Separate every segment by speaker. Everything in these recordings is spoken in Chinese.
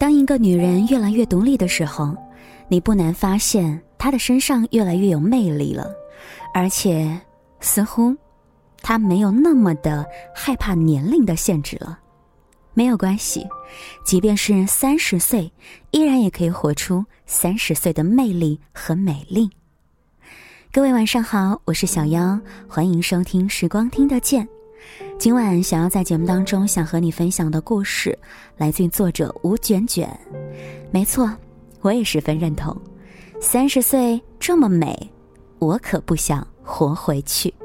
Speaker 1: 当一个女人越来越独立的时候，你不难发现她的身上越来越有魅力了，而且似乎她没有那么的害怕年龄的限制了。没有关系，即便是30岁，依然也可以活出30岁的魅力和美丽。各位晚上好，我是小妖，欢迎收听时光听得见。今晚想要在节目当中想和你分享的故事来自于作者吴卷卷。没错，我也十分认同，30岁这么美，我可不想活回去。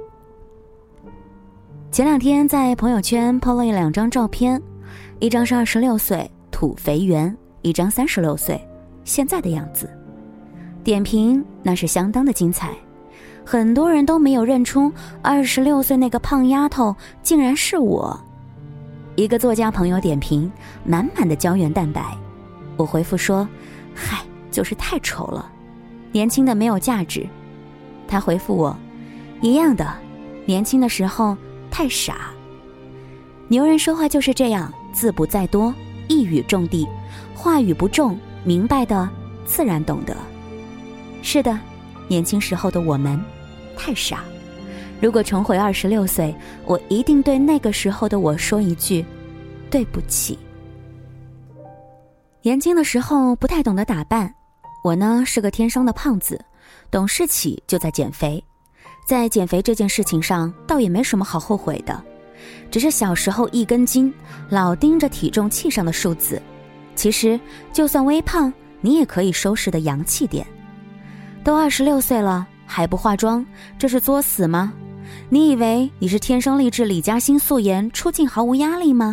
Speaker 1: 前2天在朋友圈 po 了2张照片，一张是26岁土肥圆，一张36岁现在的样子。点评那是相当的精彩，很多人都没有认出26岁那个胖丫头竟然是我。一个作家朋友点评满满的胶原蛋白，我回复说嗨，就是太丑了，年轻的没有价值。他回复我一样的，年轻的时候太傻。牛人说话就是这样，字不在多，一语中的，话语不重，明白的自然懂得。是的，年轻时候的我们太傻。如果重回26岁，我一定对那个时候的我说一句对不起。年轻的时候不太懂得打扮，我呢是个天生的胖子，懂事起就在减肥。在减肥这件事情上倒也没什么好后悔的，只是小时候一根筋，老盯着体重器上的数字。其实就算微胖，你也可以收拾得洋气点。都26岁了还不化妆，这是作死吗？你以为你是天生丽质李嘉欣素颜，出镜毫无压力吗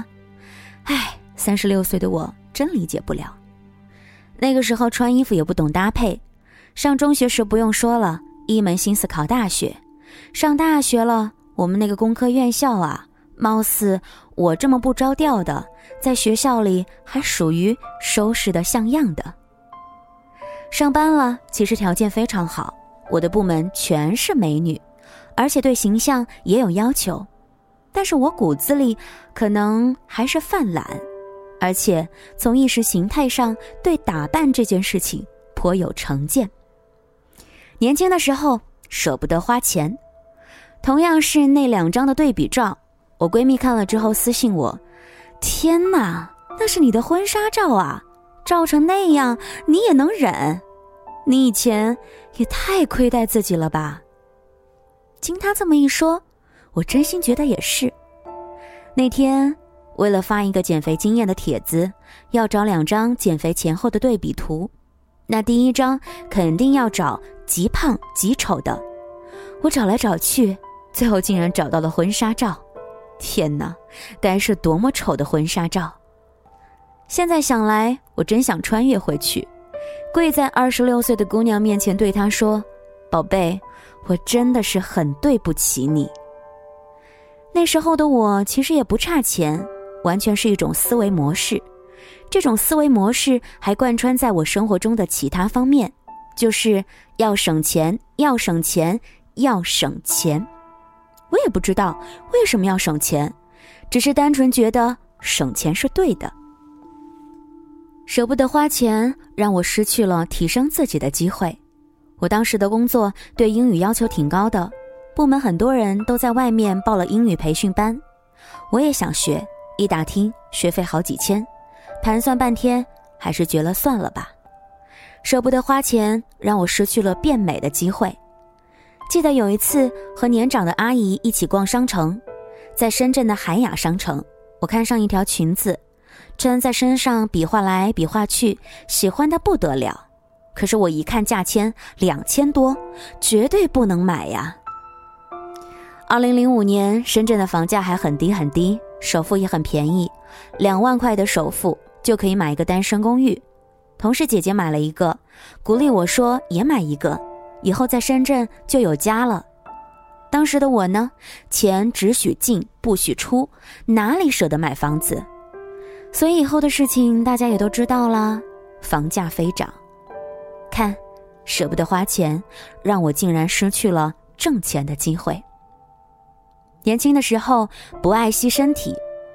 Speaker 1: ？36岁的我真理解不了。那个时候穿衣服也不懂搭配，上中学时不用说了，一门心思考大学。上大学了，我们那个工科院校啊，貌似我这么不着调的，在学校里还属于收拾得像样的。上班了，其实条件非常好，我的部门全是美女，而且对形象也有要求。但是我骨子里可能还是犯懒，而且从意识形态上对打扮这件事情颇有成见。年轻的时候舍不得花钱，同样是那2张的对比照，我闺蜜看了之后私信我，天哪，那是你的婚纱照啊，照成那样你也能忍，你以前也太亏待自己了吧。经她这么一说，我真心觉得也是。那天为了发一个减肥经验的帖子，要找2张减肥前后的对比图，那第1张肯定要找极胖极丑的，我找来找去，最后竟然找到了婚纱照。天哪，该是多么丑的婚纱照。现在想来，我真想穿越回去，跪在26岁的姑娘面前对她说，宝贝，我真的是很对不起你。那时候的我其实也不差钱，完全是一种思维模式。这种思维模式还贯穿在我生活中的其他方面，就是要省钱，要省钱，要省钱。我也不知道为什么要省钱，只是单纯觉得省钱是对的。舍不得花钱，让我失去了提升自己的机会。我当时的工作对英语要求挺高的，部门很多人都在外面报了英语培训班，我也想学，一打听学费好几千，盘算半天还是觉得算了吧。舍不得花钱，让我失去了变美的机会。记得有一次和年长的阿姨一起逛商城，在深圳的海雅商城，我看上一条裙子，真在身上比划来比划去，喜欢得不得了。可是我一看价签2000多，绝对不能买呀。2005年深圳的房价还很低很低，首付也很便宜，2万块的首付就可以买一个单身公寓。同事姐姐买了一个，鼓励我说也买一个，以后在深圳就有家了。当时的我呢，钱只许进不许出，哪里舍得买房子？所以以后的事情大家也都知道啦，房价飞涨。看，舍不得花钱，让我竟然失去了挣钱的机会。年轻的时候不爱惜身体，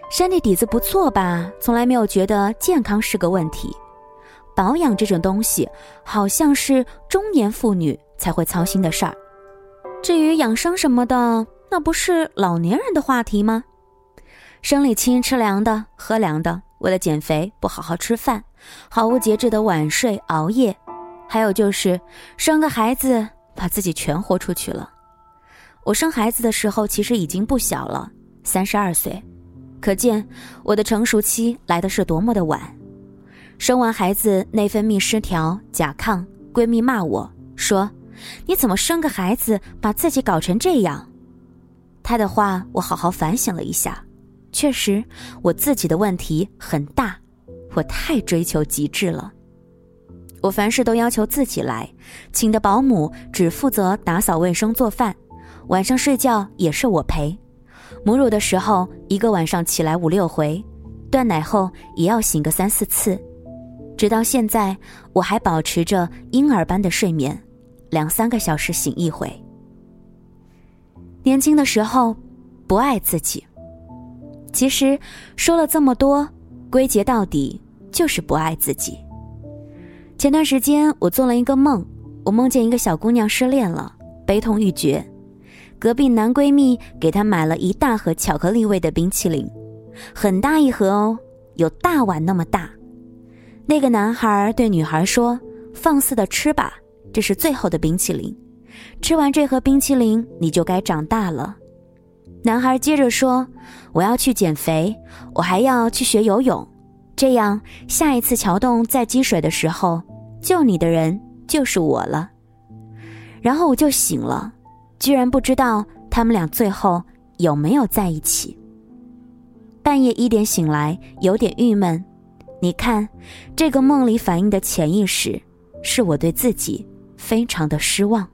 Speaker 1: 身体底子不错吧，从来没有觉得健康是个问题。保养这种东西好像是中年妇女才会操心的事儿，至于养生什么的，那不是老年人的话题吗？生理期吃凉的喝凉的，为了减肥不好好吃饭，毫无节制的晚睡熬夜，还有就是生个孩子把自己全豁出去了。我生孩子的时候其实已经不小了，32岁，可见我的成熟期来的是多么的晚。生完孩子内分泌失调甲亢，闺蜜骂我说，你怎么生个孩子把自己搞成这样？她的话我好好反省了一下，确实我自己的问题很大，我太追求极致了。我凡事都要求自己来，请的保姆只负责打扫卫生做饭，晚上睡觉也是我陪。母乳的时候一个晚上起来5、6回，断奶后也要醒个3、4次。直到现在我还保持着婴儿般的睡眠，2、3个小时醒一回。年轻的时候不爱自己，其实说了这么多，归结到底就是不爱自己。前段时间我做了一个梦，我梦见一个小姑娘失恋了，悲痛欲绝，隔壁男闺蜜给她买了一大盒巧克力味的冰淇淋，很大一盒哦，有大碗那么大。那个男孩对女孩说，放肆的吃吧，这是最后的冰淇淋，吃完这盒冰淇淋你就该长大了。男孩接着说，我要去减肥，我还要去学游泳，这样下一次桥洞再积水的时候，救你的人就是我了。然后我就醒了，居然不知道他们俩最后有没有在一起。半夜1点醒来，有点郁闷。你看，这个梦里反映的潜意识，是我对自己非常的失望。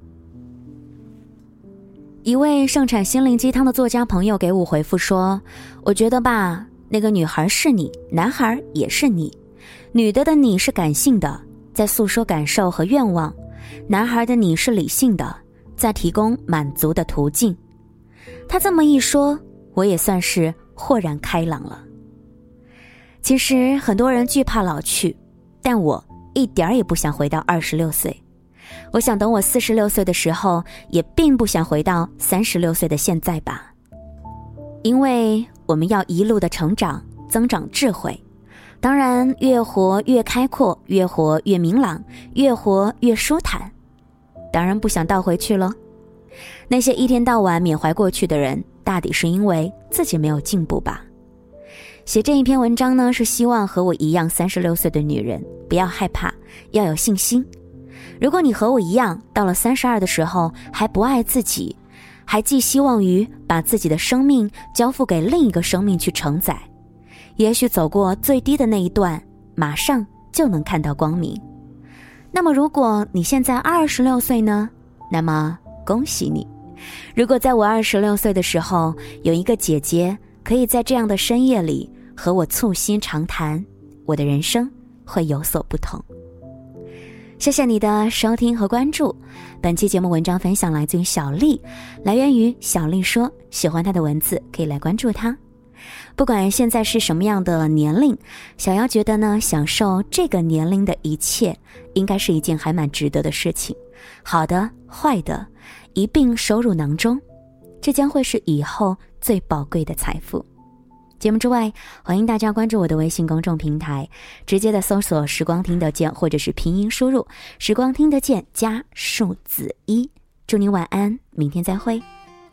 Speaker 1: 一位盛产心灵鸡汤的作家朋友给我回复说，我觉得吧，那个女孩是你，男孩也是你，女的你是感性的，在诉说感受和愿望，男孩的你是理性的，在提供满足的途径。他这么一说，我也算是豁然开朗了。其实很多人惧怕老去，但我一点儿也不想回到26岁。我想等我46岁的时候，也并不想回到36岁的现在吧。因为我们要一路的成长，增长智慧。当然，越活越开阔，越活越明朗，越活越舒坦。当然不想倒回去咯。那些一天到晚缅怀过去的人，大抵是因为自己没有进步吧。写这一篇文章呢，是希望和我一样36岁的女人不要害怕，要有信心。如果你和我一样，到了32的时候还不爱自己，还寄希望于把自己的生命交付给另一个生命去承载，也许走过最低的那一段，马上就能看到光明。那么如果你现在26岁呢，那么恭喜你。如果在我26岁的时候，有一个姐姐可以在这样的深夜里和我促膝长谈，我的人生会有所不同。谢谢你的收听和关注。本期节目文章分享来自于小丽，来源于小丽说，喜欢她的文字可以来关注她。不管现在是什么样的年龄，小妖觉得呢，享受这个年龄的一切应该是一件还蛮值得的事情，好的坏的一并收入囊中，这将会是以后最宝贵的财富。节目之外，欢迎大家关注我的微信公众平台，直接的搜索时光听得见，或者是拼音输入时光听得见加数字1。祝你晚安，明天再会。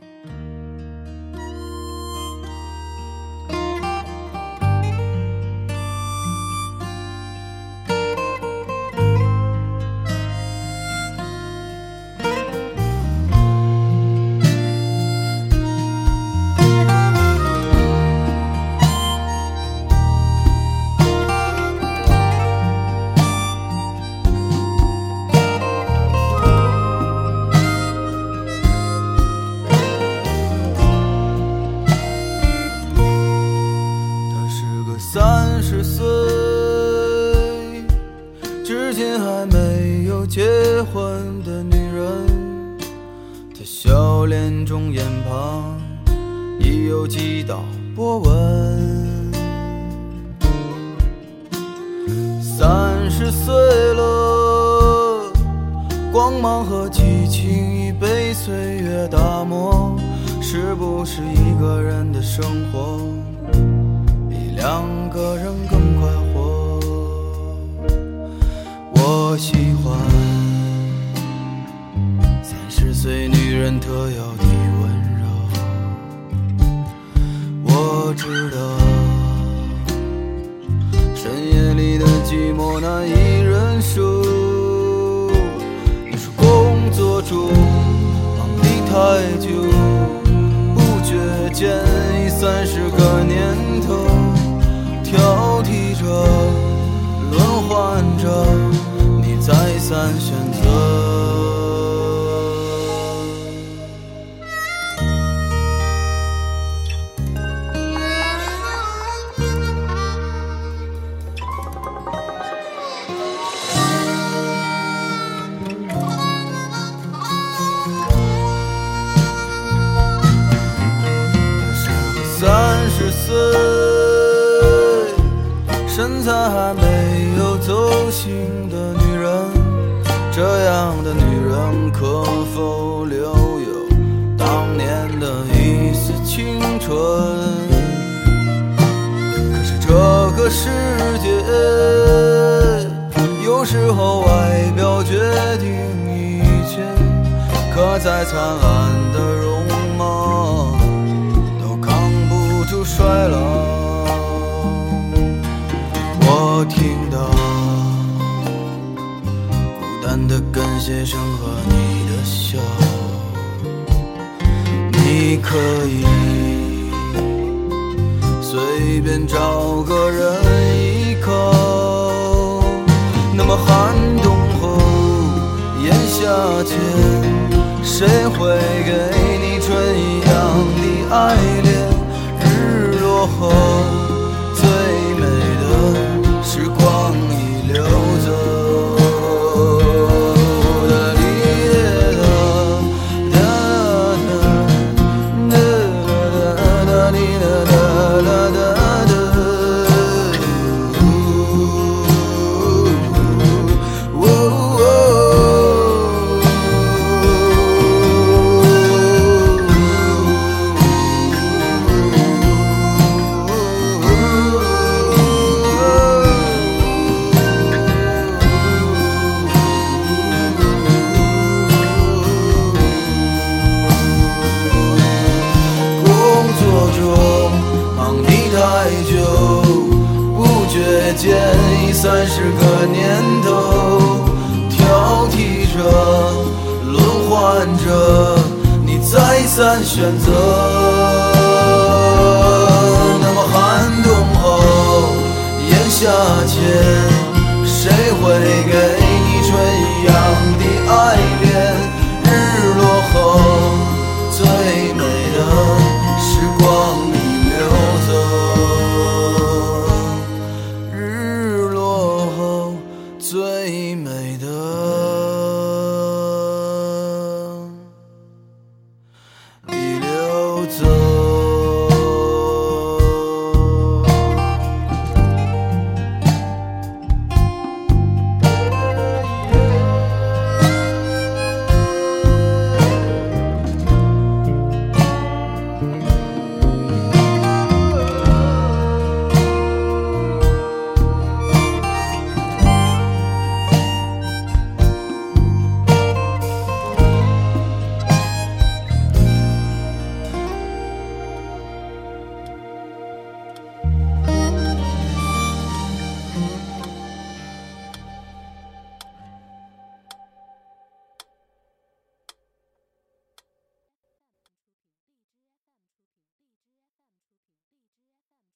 Speaker 2: 30岁，至今还没有结婚的女人，她笑脸中眼旁已有几道波纹。 30岁了，光芒和激情已被岁月打磨，是不是一个人的生活比2个人更快活？我喜欢30岁女人特有的温柔，我知道深夜里的寂寞难以忍受。你说工作中忙得太久，不觉间已30个年头，挑剔着轮换着，你再三选择。30岁，身材还没有走形的女人，这样的女人可否留有当年的一丝青春？可是这个世界有时候外表决定一切，可再灿烂的容貌衰老。我听到孤单的跟鞋声和你的笑，你可以随便找个人依靠，那么寒冬后炎夏间，谁会给你春一样的爱恋？日落后最美的时光已流走。间已30个年头，挑剔着轮换着，你再三选择。